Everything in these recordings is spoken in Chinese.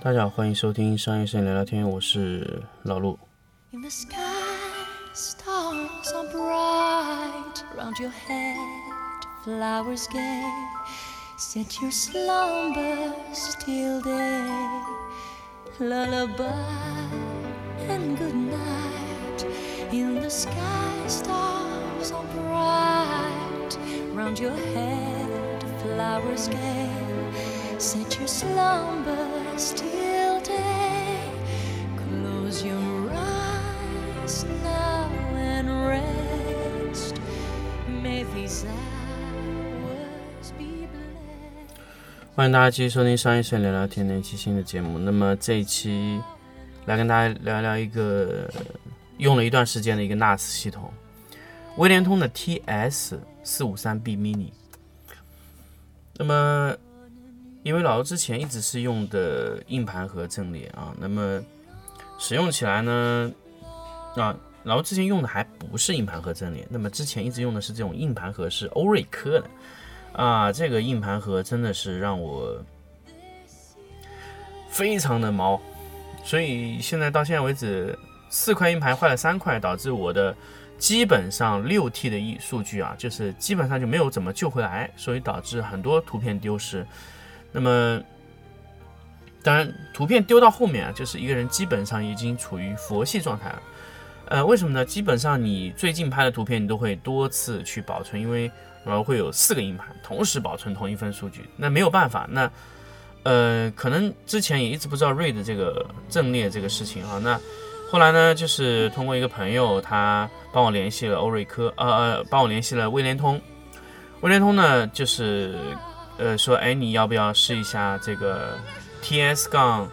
大家好，欢迎收听商业摄影聊聊天，我是老陆。 In the sky, stars are bright round your head, flowers gay, set your slumbers till day. Lullaby and good night. In the sky, stars are bright round your head, flowers gay, set your slumbers till day. Close your eyes now and rest. May these hours be blessed. 欢迎大家继续收听商业摄影聊聊天的一期新的节目。那么这一期来跟大家聊聊一个用了一段时间的一个 NAS 系统，威联通的 TS453B Mini。那么因为老刘之前一直是用的硬盘和阵列啊，那么使用起来呢，老刘之前用的还不是硬盘盒阵列，那么之前一直用的是这种硬盘盒，是欧瑞科的啊，这个硬盘盒真的是让我非常的毛，所以现在到现在为止，4块硬盘坏了3块，导致我的基本上6T 的数据啊，就是基本上就没有怎么救回来，所以导致很多图片丢失。那么当然图片丢到后面啊，就是一个人基本上已经处于佛系状态了。为什么呢？基本上你最近拍的图片你都会多次去保存，因为会有4个硬盘同时保存同一份数据，那没有办法。那可能之前也一直不知道 RAID 这个阵列这个事情啊。那后来呢，就是通过一个朋友，他帮我联系了欧瑞科，帮我联系了威联通。威联通呢，就是说，你要不要试一下这个 TS-453B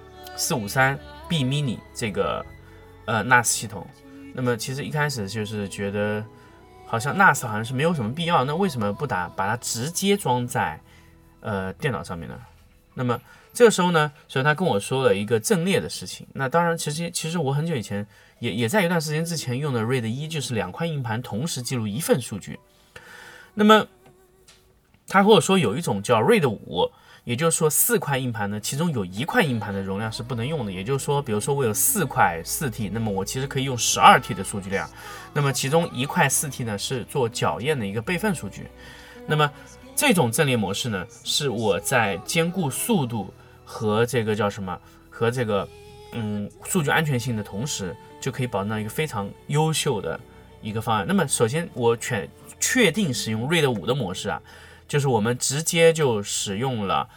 Mini 这个NAS 系统？那么其实一开始就是觉得好像 NAS 好像是没有什么必要，那为什么不把它直接装在电脑上面呢？那么这个时候呢，所以他跟我说了一个阵列的事情。那当然，其实我很久以前也在一段时间之前用的 RAID 1，就是2块硬盘同时记录一份数据。那么他和我说有一种叫 RAID 5，也就是说4块硬盘呢，其中有1块硬盘的容量是不能用的。也就是说，比如说我有4块4T， 那么我其实可以用12T 的数据量。那么其中1块4T呢是做校验的一个备份数据。那么这种阵列模式呢，是我在兼顾速度和这个叫什么，和这个数据安全性的同时，就可以保证到一个非常优秀的一个方案。那么首先我确定使用 RAID 5的模式啊，就是我们直接就使用了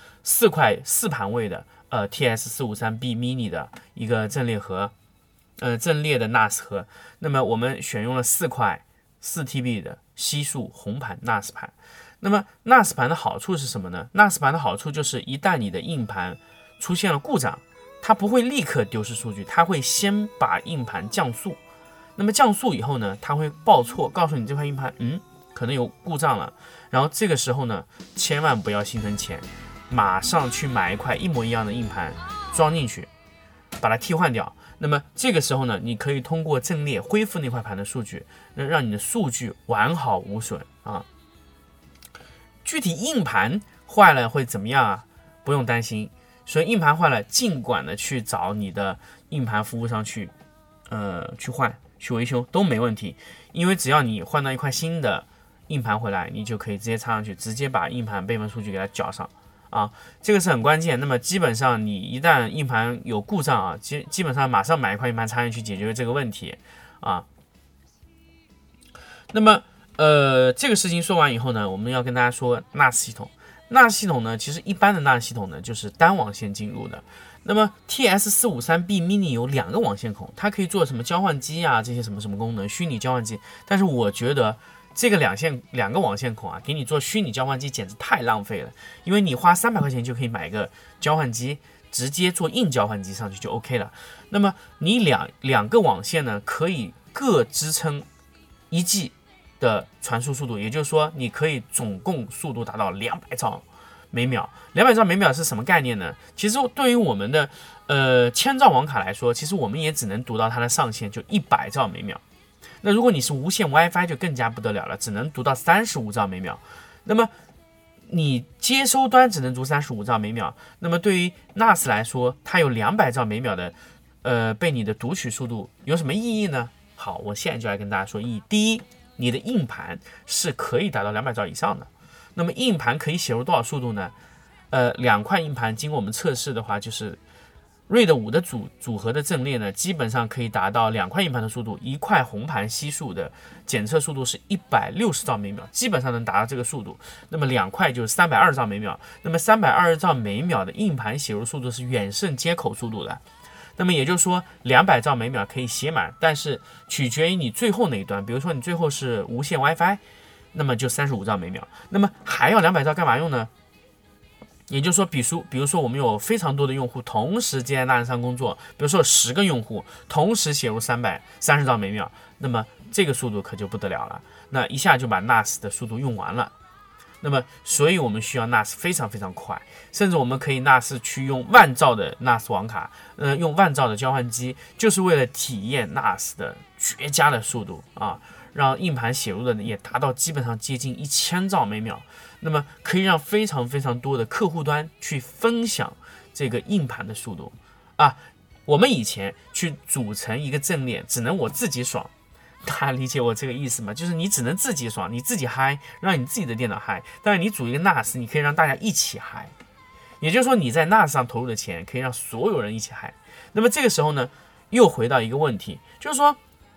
4盘位的TS453B Mini 的一个阵列盒，阵列的 NAS 盒。那么我们选用了4块4TB 的稀数红盘 NAS 盘。那么 NAS 盘的好处是什么呢？ NAS 盘的好处就是一旦你的硬盘出现了故障，它不会立刻丢失数据，它会先把硬盘降速。那么降速以后呢，它会报错，告诉你这块硬盘可能有故障了。然后这个时候呢，千万不要心疼钱，马上去买一块一模一样的硬盘装进去，把它替换掉。那么这个时候呢，你可以通过阵列恢复那块盘的数据，让你的数据完好无损啊。具体硬盘坏了会怎么样啊？不用担心。所以硬盘坏了，尽管的去找你的硬盘服务商去换去维修都没问题，因为只要你换到一块新的硬盘回来，你就可以直接插上去，直接把硬盘备份数据给它缴上啊，这个是很关键。那么基本上你一旦硬盘有故障啊，基本上马上买一块硬盘插进去解决这个问题啊。那么这个事情说完以后呢，我们要跟大家说 NAS 系统。NAS 系统呢，其实一般的 NAS 系统呢就是单网线进入的。那么 TS453B Mini 有2个网线孔，它可以做什么交换机啊，这些什么什么功能，虚拟交换机。但是我觉得这个2个网线孔啊，给你做虚拟交换机简直太浪费了，因为你花300块钱就可以买一个交换机，直接做硬交换机上去就 OK 了。那么你两个网线呢，可以各支撑1G 的传输速度，也就是说你可以总共速度达到200兆每秒。200兆每秒是什么概念呢？其实对于我们的1000兆网卡来说，其实我们也只能读到它的上限就100兆每秒。那如果你是无线 WiFi 就更加不得了了，只能读到35兆每秒。那么你接收端只能读35兆每秒，那么对于 NAS 来说，它有200兆每秒的被你的读取速度，有什么意义呢？好，我现在就来跟大家说意义。第一，你的硬盘是可以达到200兆以上的。那么硬盘可以写入多少速度呢？2块硬盘经过我们测试的话，就是RAID 5的组合的阵列呢，基本上可以达到2块硬盘的速度，一块红盘悉数的检测速度是160兆每秒，基本上能达到这个速度。那么2块就是320兆每秒，那么320兆每秒的硬盘写入速度是远胜接口速度的。那么也就是说，200兆每秒可以写满，但是取决于你最后那一端，比如说你最后是无线 WiFi， 那么就35兆每秒。那么还要200兆干嘛用呢？也就是说，比如说我们有非常多的用户同时接在 NAS 上工作，比如说有10个用户同时写入330兆每秒，那么这个速度可就不得了了，那一下就把 NAS 的速度用完了。那么，所以我们需要 NAS 非常非常快，甚至我们可以 NAS 去用万兆的 NAS 网卡，用万兆的交换机，就是为了体验 NAS 的绝佳的速度啊，让硬盘写入的也达到基本上接近1000兆每秒。那么可以让非常非常多的客户端去分享这个硬盘的速度啊。我们以前去组成一个阵列，只能我自己爽。大家理解我这个意思吗？就是你只能自己爽，你自己嗨，让你自己的电脑嗨。但是你组一个 NAS， 你可以让大家一起嗨。也就是说，你在 NAS 上投入的钱可以让所有人一起嗨。那么这个时候呢，又回到一个问题，就是说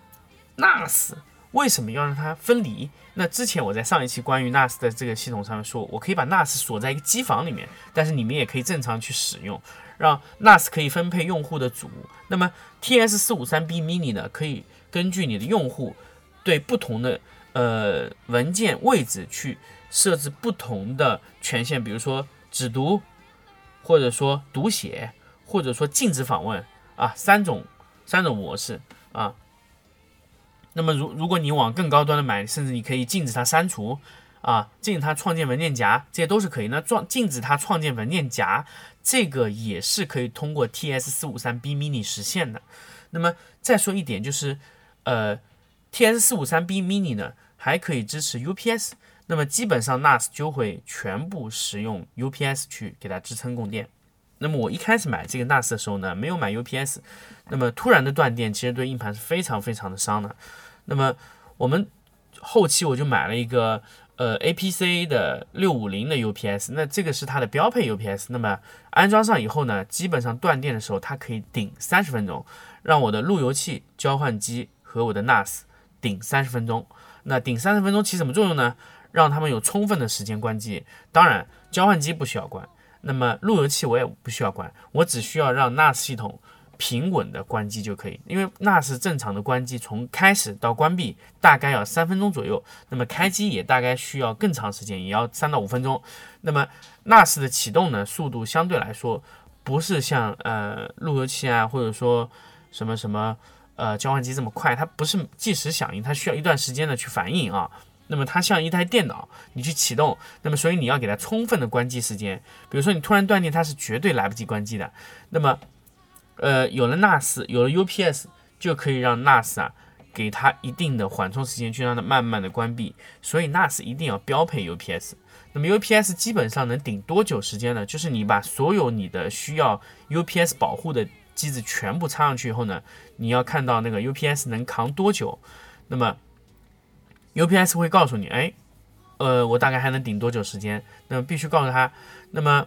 NAS 为什么要让它分离？那之前我在上一期关于 NAS 的这个系统上面说，我可以把 NAS 锁在一个机房里面，但是你们也可以正常去使用，让 NAS 可以分配用户的组。那么 TS453B mini 呢，可以根据你的用户对不同的文件位置去设置不同的权限，比如说只读，或者说读写，或者说禁止访问啊，三种模式啊。那么如果你往更高端的买，甚至你可以禁止它删除啊，禁止它创建文件夹，这些都是可以。那禁止它创建文件夹，这个也是可以通过 TS453B mini 实现的。那么再说一点，就是TS453B mini 呢还可以支持 UPS， 那么基本上 NAS 就会全部使用 UPS 去给它支撑供电。那么我一开始买这个 NAS 的时候呢，没有买 UPS， 那么突然的断电其实对硬盘是非常非常的伤的。那么我们后期我就买了一个APC 的650的 UPS， 那这个是它的标配 UPS。那么安装上以后呢，基本上断电的时候它可以顶30分钟，让我的路由器、交换机和我的 NAS 顶30分钟。那顶30分钟起什么作用呢？让他们有充分的时间关机。当然，交换机不需要关，那么路由器我也不需要关，我只需要让 NAS 系统平稳的关机就可以。因为 NAS 正常的关机从开始到关闭大概要3分钟左右，那么开机也大概需要更长时间，也要3到5分钟。那么 NAS 的启动呢，速度相对来说不是像路由器啊，或者说什么交换机这么快，它不是即时响应，它需要一段时间的去反应啊。那么它像一台电脑，你去启动，那么所以你要给它充分的关机时间。比如说你突然断电，它是绝对来不及关机的。那么有了 NAS， 有了 UPS， 就可以让 NAS 啊给它一定的缓冲时间，去让它慢慢的关闭。所以 NAS 一定要标配 UPS。那么 UPS 基本上能顶多久时间呢？就是你把所有你的需要 UPS 保护的机子全部插上去以后呢，你要看到那个 UPS 能扛多久。那么 UPS 会告诉你，我大概还能顶多久时间？那么必须告诉他，那么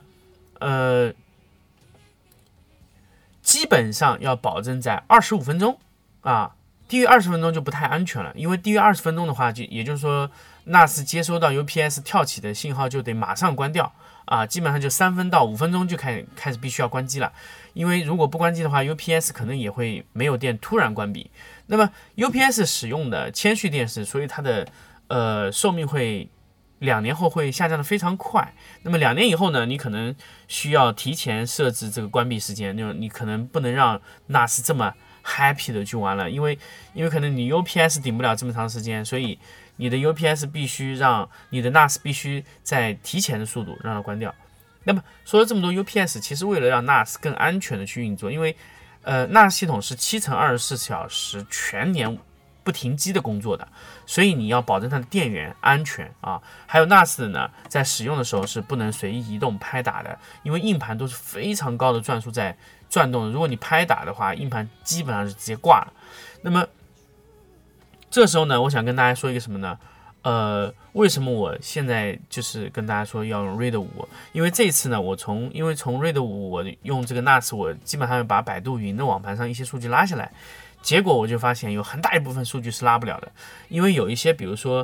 基本上要保证在25分钟啊，低于20分钟就不太安全了，因为低于20分钟的话，也就是说 NAS 接收到 UPS 跳起的信号就得马上关掉啊，基本上就3分到5分钟就开始必须要关机了，因为如果不关机的话 ，UPS 可能也会没有电突然关闭。那么 UPS 使用的铅蓄电池，所以它的寿命会2年后会下降的非常快。那么2年以后呢，你可能需要提前设置这个关闭时间，你可能不能让 NAS 这么 happy 的就完了，因为可能你 UPS 顶不了这么长时间，所以你的 UPS 必须让你的 NAS 必须在提前的速度让它关掉。那么说了这么多 UPS， 其实为了让 NAS 更安全的去运作，因为NAS 系统是7×24小时全年不停机的工作的，所以你要保证它的电源安全啊。还有 NAS 呢，在使用的时候是不能随意移动拍打的，因为硬盘都是非常高的转速在转动，如果你拍打的话，硬盘基本上是直接挂了。那么这时候呢，我想跟大家说一个什么呢？为什么我现在就是跟大家说要用 RAID 5？因为这一次呢，因为从 RAID 5我用这个 NAS， 我基本上把百度云的网盘上一些数据拉下来，结果我就发现有很大一部分数据是拉不了的，因为有一些比如说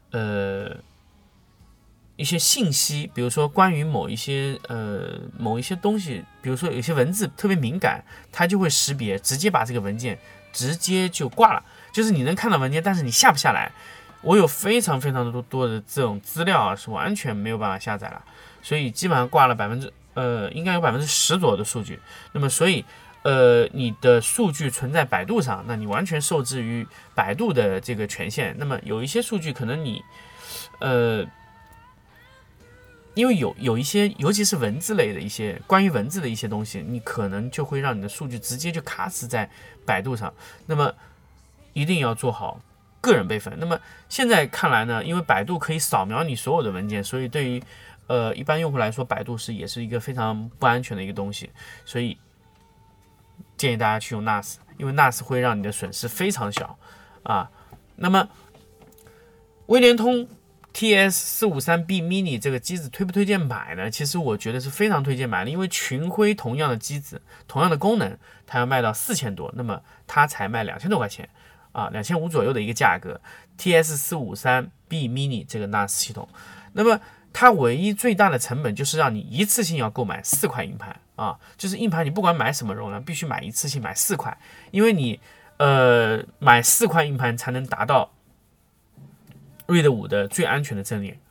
一些信息，比如说关于某一些东西，比如说有些文字特别敏感，它就会识别，直接把这个文件直接就挂了，就是你能看到文件，但是你下不下来。我有非常非常多的这种资料啊，是完全没有办法下载了，所以基本上挂了应该有10%左右的数据。那么所以你的数据存在百度上，那你完全受制于百度的这个权限。那么有一些数据可能你因为有一些，尤其是文字类的一些关于文字的一些东西，你可能就会让你的数据直接就卡死在百度上。那么一定要做好个人备份。那么现在看来呢，因为百度可以扫描你所有的文件，所以对于一般用户来说，百度也是一个非常不安全的一个东西，所以建议大家去用 NAS， 因为 NAS 会让你的损失非常小啊。那么微联通 TS453B mini 这个机子推不推荐买呢？其实我觉得是非常推荐买的，因为群晖同样的机子，同样的功能，它要卖到4000多，那么它才卖2000多块钱。2500左右的一个价格 ，TS453B mini 这个 NAS 系统，那么它唯一最大的成本就是让你一次性要购买4块硬盘啊，就是硬盘你不管买什么容量，必须买一次性买4块，因为你买4块硬盘才能达到 RAID 5的最安全的阵列。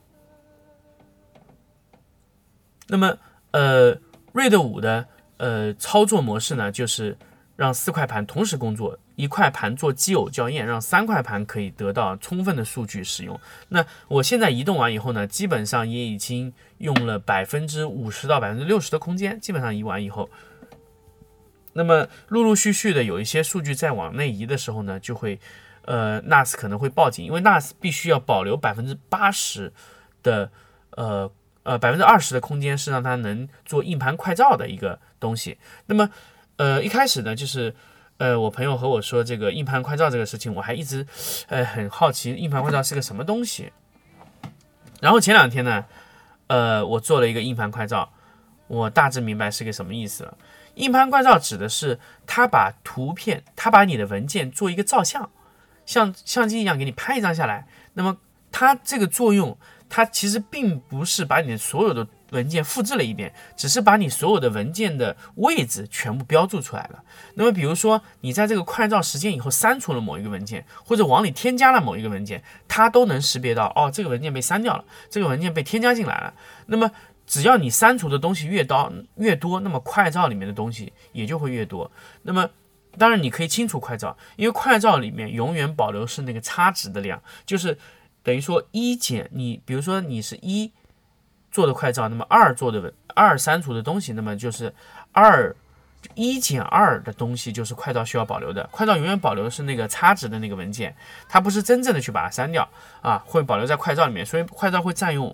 那么RAID 5的操作模式呢，就是让4块盘同时工作，1块盘做基偶校验，让3块盘可以得到充分的数据使用。那我现在移动完以后呢，基本上也已经用了50%到60%的空间，基本上移完以后，那么陆陆续续的有一些数据在往内移的时候呢，就会NAS 可能会报警，因为 NAS 必须要保留80%的20%的空间，是让它能做硬盘快照的一个东西。那么一开始呢，就是我朋友和我说这个硬盘快照这个事情，我还一直很好奇硬盘快照是个什么东西。然后前2天呢，我做了一个硬盘快照，我大致明白是个什么意思了。硬盘快照指的是它把你的文件做一个照相，像相机一样给你拍一张下来。那么它这个作用，它其实并不是把你的所有的文件复制了一遍，只是把你所有的文件的位置全部标注出来了。那么比如说你在这个快照时间以后删除了某一个文件，或者往里添加了某一个文件，它都能识别到，这个文件被删掉了，这个文件被添加进来了。那么只要你删除的东西越多，那么快照里面的东西也就会越多。那么当然你可以清除快照，因为快照里面永远保留是那个差值的量，就是等于说你比如说你是1做的快照，那么2删除的东西，那么就是1减2的东西就是快照需要保留的。快照永远保留的是那个差值的那个文件，它不是真正的去把它删掉啊，会保留在快照里面，所以快照会占用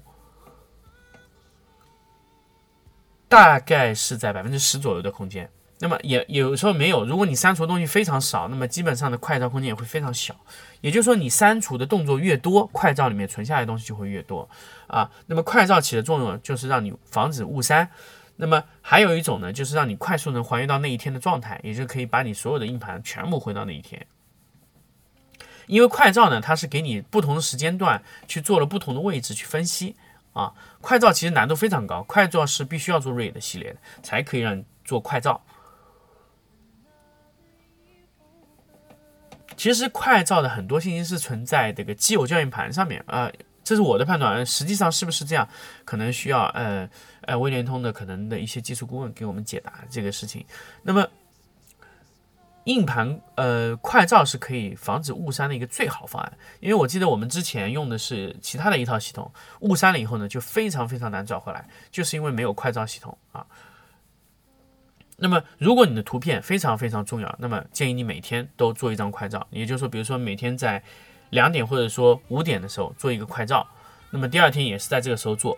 大概是在10%左右的空间。那么也有时候没有，如果你删除的东西非常少，那么基本上的快照空间也会非常小。也就是说，你删除的动作越多，快照里面存下来的东西就会越多啊。那么快照起的作用就是让你防止误删。那么还有一种呢，就是让你快速能还原到那一天的状态，也就是可以把你所有的硬盘全部回到那一天。因为快照呢，它是给你不同的时间段去做了不同的位置去分析啊。快照其实难度非常高，快照是必须要做 RAID 系列的，才可以让你做快照。其实快照的很多信息是存在这个基偶校验盘上面这是我的判断，实际上是不是这样，可能需要微联通的可能的一些技术顾问给我们解答这个事情。那么硬盘快照是可以防止误删的一个最好方案，因为我记得我们之前用的是其他的一套系统，误删了以后呢就非常非常难找回来，就是因为没有快照系统啊。 那么如果你的图片非常非常重要，那么建议你每天都做一张快照，也就是说，比如说每天在2点或者说5点的时候做一个快照，那么第二天也是在这个时候做，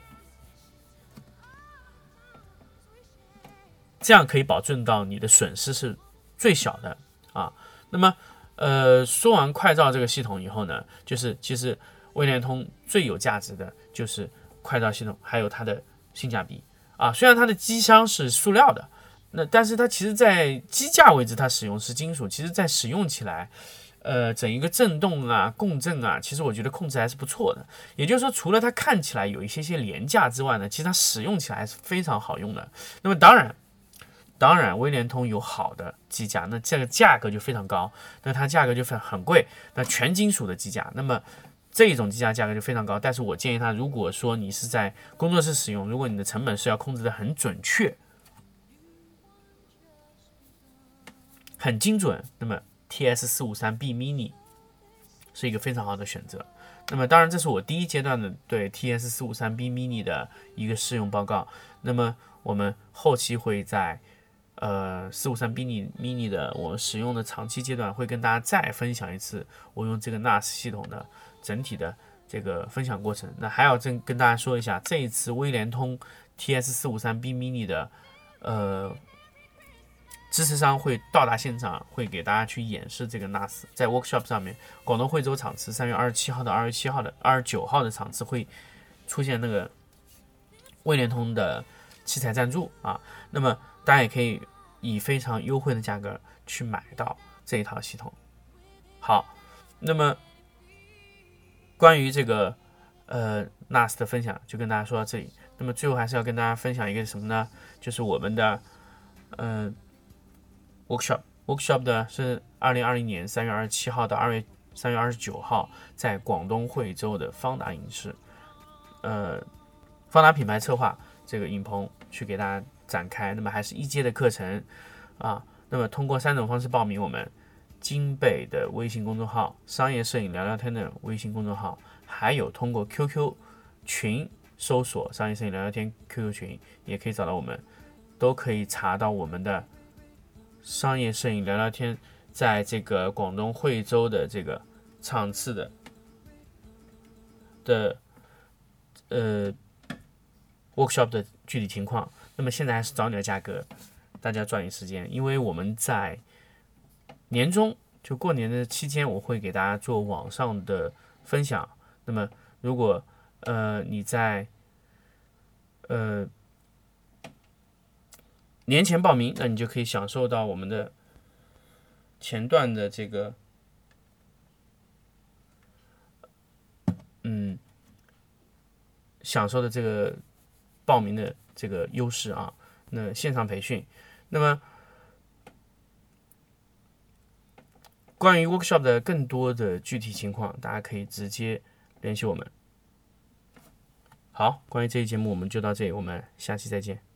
这样可以保证到你的损失是最小的啊。那么说完快照这个系统以后呢，就是其实微联通最有价值的就是快照系统，还有它的性价比啊。虽然它的机箱是塑料的，但是它其实在机架位置它使用是金属，其实在使用起来整一个震动啊共振啊，其实我觉得控制还是不错的。也就是说，除了它看起来有一些廉价之外呢，其实它使用起来还是非常好用的。那么当然微联通有好的机架，那这个价格就非常高，那它价格就很贵，那全金属的机架，那么这种机架价格就非常高。但是我建议它，如果说你是在工作室使用，如果你的成本是要控制的很准确很精准，那么 TS453B Mini 是一个非常好的选择。那么当然这是我第一阶段的对 TS453B Mini 的一个试用报告，那么我们后期会在453B Mini 的我使用的长期阶段会跟大家再分享一次我用这个 NAS 系统的整体的这个分享过程。那还要跟大家说一下，这一次微联通 TS453B Mini 的支持商会到达现场，会给大家去演示这个 NAS。在 workshop 上面，广东惠州场次3月27号到29号的场次会出现那个微联通的器材赞助啊。那么大家也可以以非常优惠的价格去买到这一套系统。好，那么关于这个NAS 的分享就跟大家说到这里。那么最后还是要跟大家分享一个什么呢？就是我们的workshop 的是2020年3月27号到3月29号在广东惠州的方达影视方达品牌策划这个影棚去给大家展开。那么还是1阶的课程啊。那么通过3种方式报名，我们金贝的微信公众号、商业摄影聊聊天的微信公众号，还有通过 QQ 群搜索商业摄影聊聊天 QQ 群也可以找到我们，都可以查到我们的商业摄影聊聊天在这个广东惠州的这个场次的workshop 的具体情况。那么现在还是早鸟价格，大家抓紧时间，因为我们在年中就过年的期间，我会给大家做网上的分享。那么如果你在年前报名，那你就可以享受到我们的前段的这个享受的这个报名的这个优势啊。那线上培训，那么关于 workshop 的更多的具体情况，大家可以直接联系我们。好，关于这期节目我们就到这里，我们下期再见。